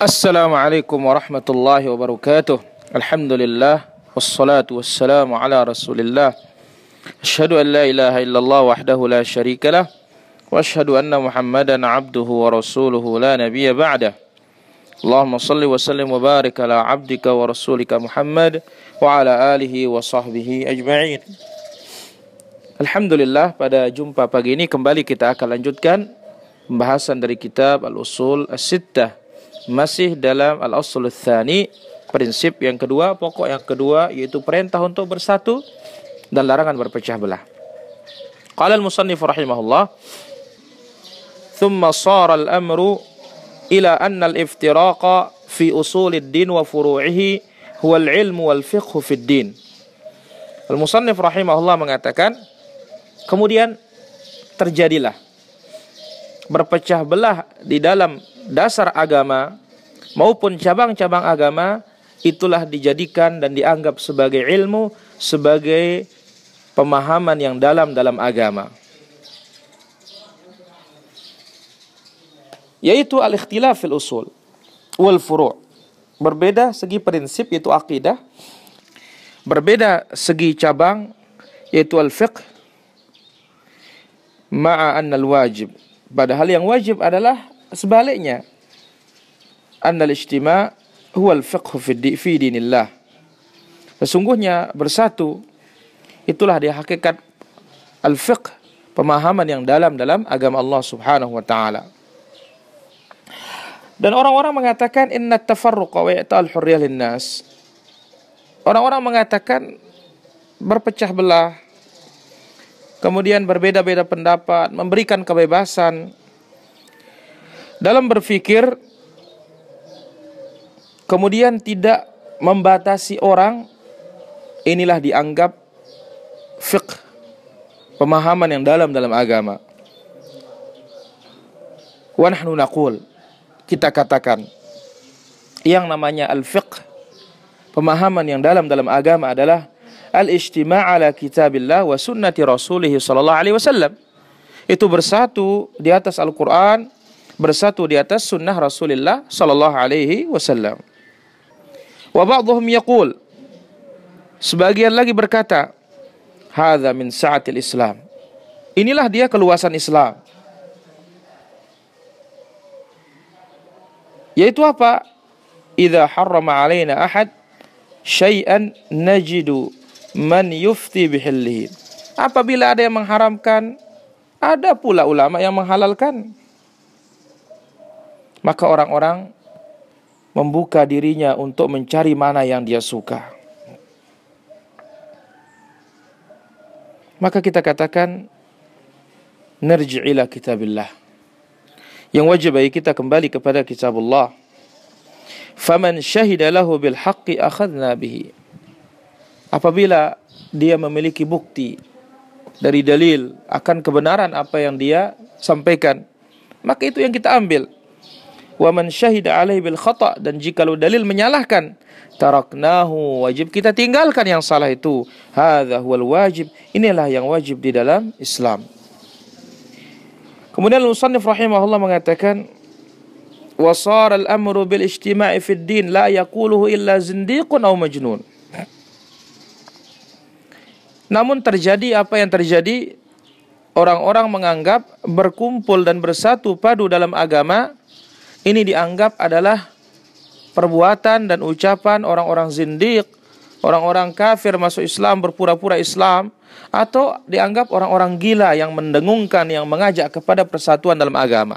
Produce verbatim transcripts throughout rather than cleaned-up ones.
Assalamualaikum warahmatullahi wabarakatuh. Alhamdulillah wassalatu wassalamu ala Rasulillah. Asyhadu an la ilaha illallah wahdahu la syarikalah wa asyhadu anna Muhammadan abduhu wa rasuluhu la nabiyya ba'dah. Allahumma salli wa sallim wa barik ala abdika wa rasulika Muhammad wa ala alihi wa sahbihi ajma'in. Alhamdulillah, pada jumpa pagi ini kembali kita akan lanjutkan pembahasan dari kitab Al-Usul As-Sittah, masih dalam Al-Usul Ats-Tsani, prinsip yang kedua, pokok yang kedua, yaitu perintah untuk bersatu dan larangan berpecah belah. Qala al-musannif rahimahullah, thumma sara al-amru ila anna al-iftiraqa fi usulid din wa furu'ihi huwa al-ilmu wal fiqhu fid din. Al-musannif rahimahullah mengatakan, kemudian terjadilah berpecah belah di dalam dasar agama maupun cabang-cabang agama. Itulah dijadikan dan dianggap sebagai ilmu, sebagai pemahaman yang dalam dalam agama, yaitu al-ikhtilaf fil usul wal furu'. Berbeda segi prinsip, yaitu akidah. Berbeda segi cabang, yaitu al-fiqh. Ma'a anna al-wajib, padahal yang wajib adalah sebaliknya. Annal ijtima' huwal fiqhu fi dinillah. Sesungguhnya bersatu itulah dia hakikat al-fiqh, pemahaman yang dalam dalam agama Allah Subhanahu wa taala. Dan orang-orang mengatakan inna tafarruqa wa i'tal hurriyah linnas. Orang-orang mengatakan berpecah belah, kemudian berbeda-beda pendapat, memberikan kebebasan dalam berfikir, kemudian tidak membatasi orang, inilah dianggap fiqh, pemahaman yang dalam dalam agama. Wa nahnu naqul, kita katakan, yang namanya al-fiqh, pemahaman yang dalam dalam agama adalah al-ijtima' ala kitabillah wa sunnati rasulih sallallahu alaihi wasallam. Itu bersatu di atas Al-Quran, bersatu di atas sunnah Rasulullah sallallahu alaihi wasallam. Wa ba'dhum yaqul, sebagian lagi berkata, hadza min sa'atil Islam. Inilah dia keluasan Islam. Yaitu apa? Idza harrama alaina ahad syai'an najidu man yufti bihillihi. Apabila ada yang mengharamkan, ada pula ulama yang menghalalkan. Maka orang-orang membuka dirinya untuk mencari mana yang dia suka. Maka kita katakan, narji' ila kitabillah. Yang wajib bagi kita kembali kepada kitabullah. Faman syahida lahu bil haqqi akhadna bihi. Apabila dia memiliki bukti dari dalil akan kebenaran apa yang dia sampaikan, maka itu yang kita ambil. Wa man syahida alaihi bil khata', dan jikalau dalil menyalahkan, taraknahu, wajib kita tinggalkan yang salah itu. Hadza huwal wajib, inilah yang wajib di dalam Islam. Kemudian al-musannif rahimahullah mengatakan, wa sara al-amru bil ijtima'i fid din la yaquluhu illa zindiqun aw majnun. Namun terjadi apa yang terjadi, orang-orang menganggap berkumpul dan bersatu padu dalam agama ini dianggap adalah perbuatan dan ucapan orang-orang zindiq, orang-orang kafir masuk Islam, berpura-pura Islam, atau dianggap orang-orang gila yang mendengungkan, yang mengajak kepada persatuan dalam agama.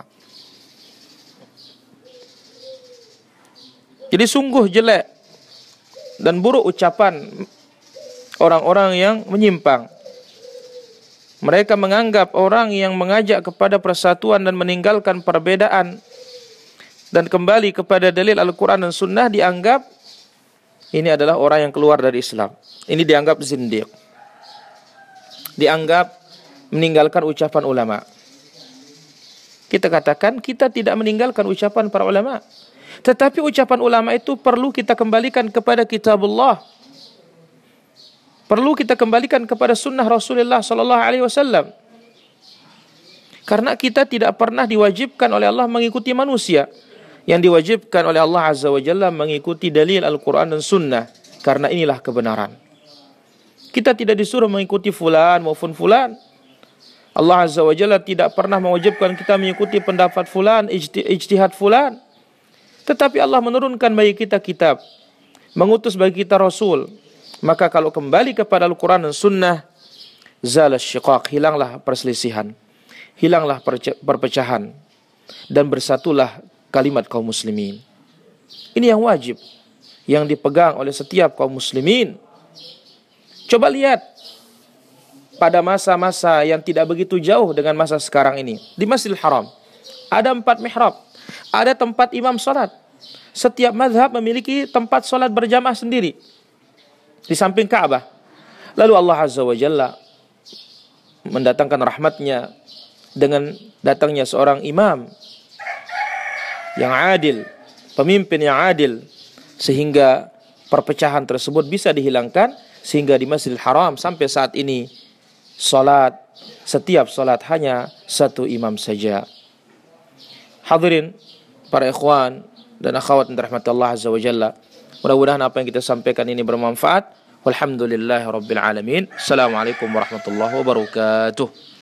Jadi sungguh jelek dan buruk ucapan orang-orang yang menyimpang. Mereka menganggap orang yang mengajak kepada persatuan dan meninggalkan perbedaan dan kembali kepada dalil Al-Quran dan Sunnah dianggap ini adalah orang yang keluar dari Islam. Ini dianggap zindiq, dianggap meninggalkan ucapan ulama. Kita katakan kita tidak meninggalkan ucapan para ulama, tetapi ucapan ulama itu perlu kita kembalikan kepada kitabullah, perlu kita kembalikan kepada sunnah Rasulullah sallallahu alaihi wasallam. Karena kita tidak pernah diwajibkan oleh Allah mengikuti manusia. yang diwajibkan oleh Allah Azza wa Jalla mengikuti dalil Al-Quran dan Sunnah, karena inilah kebenaran. Kita tidak disuruh mengikuti fulan maupun fulan. Allah Azza wa Jalla tidak pernah mewajibkan kita mengikuti pendapat fulan, ijtihad fulan. Tetapi Allah menurunkan bagi kita kitab, mengutus bagi kita Rasul. Maka kalau kembali kepada Al-Quran dan Sunnah, zala syiqaq, hilanglah perselisihan, hilanglah perpecahan, dan bersatulah kalimat kaum muslimin. Ini yang wajib, yang dipegang oleh setiap kaum muslimin. Coba lihat pada masa-masa yang tidak begitu jauh dengan masa sekarang ini. Di Masjidil Haram ada empat mihrab, ada tempat imam salat. Setiap mazhab memiliki tempat salat berjamaah sendiri di samping Ka'bah. Lalu Allah Azza wa Jalla mendatangkan rahmatnya dengan datangnya seorang imam yang adil, pemimpin yang adil, sehingga perpecahan tersebut bisa dihilangkan, sehingga di Masjidil Haram sampai saat ini salat, setiap salat hanya satu imam saja. Hadirin para ikhwan dan akhwat yang dirahmati Allah Azza wa Jalla, mudah-mudahan apa yang kita sampaikan ini bermanfaat. Walhamdulillahirabbil alamin. Assalamualaikum warahmatullahi wabarakatuh.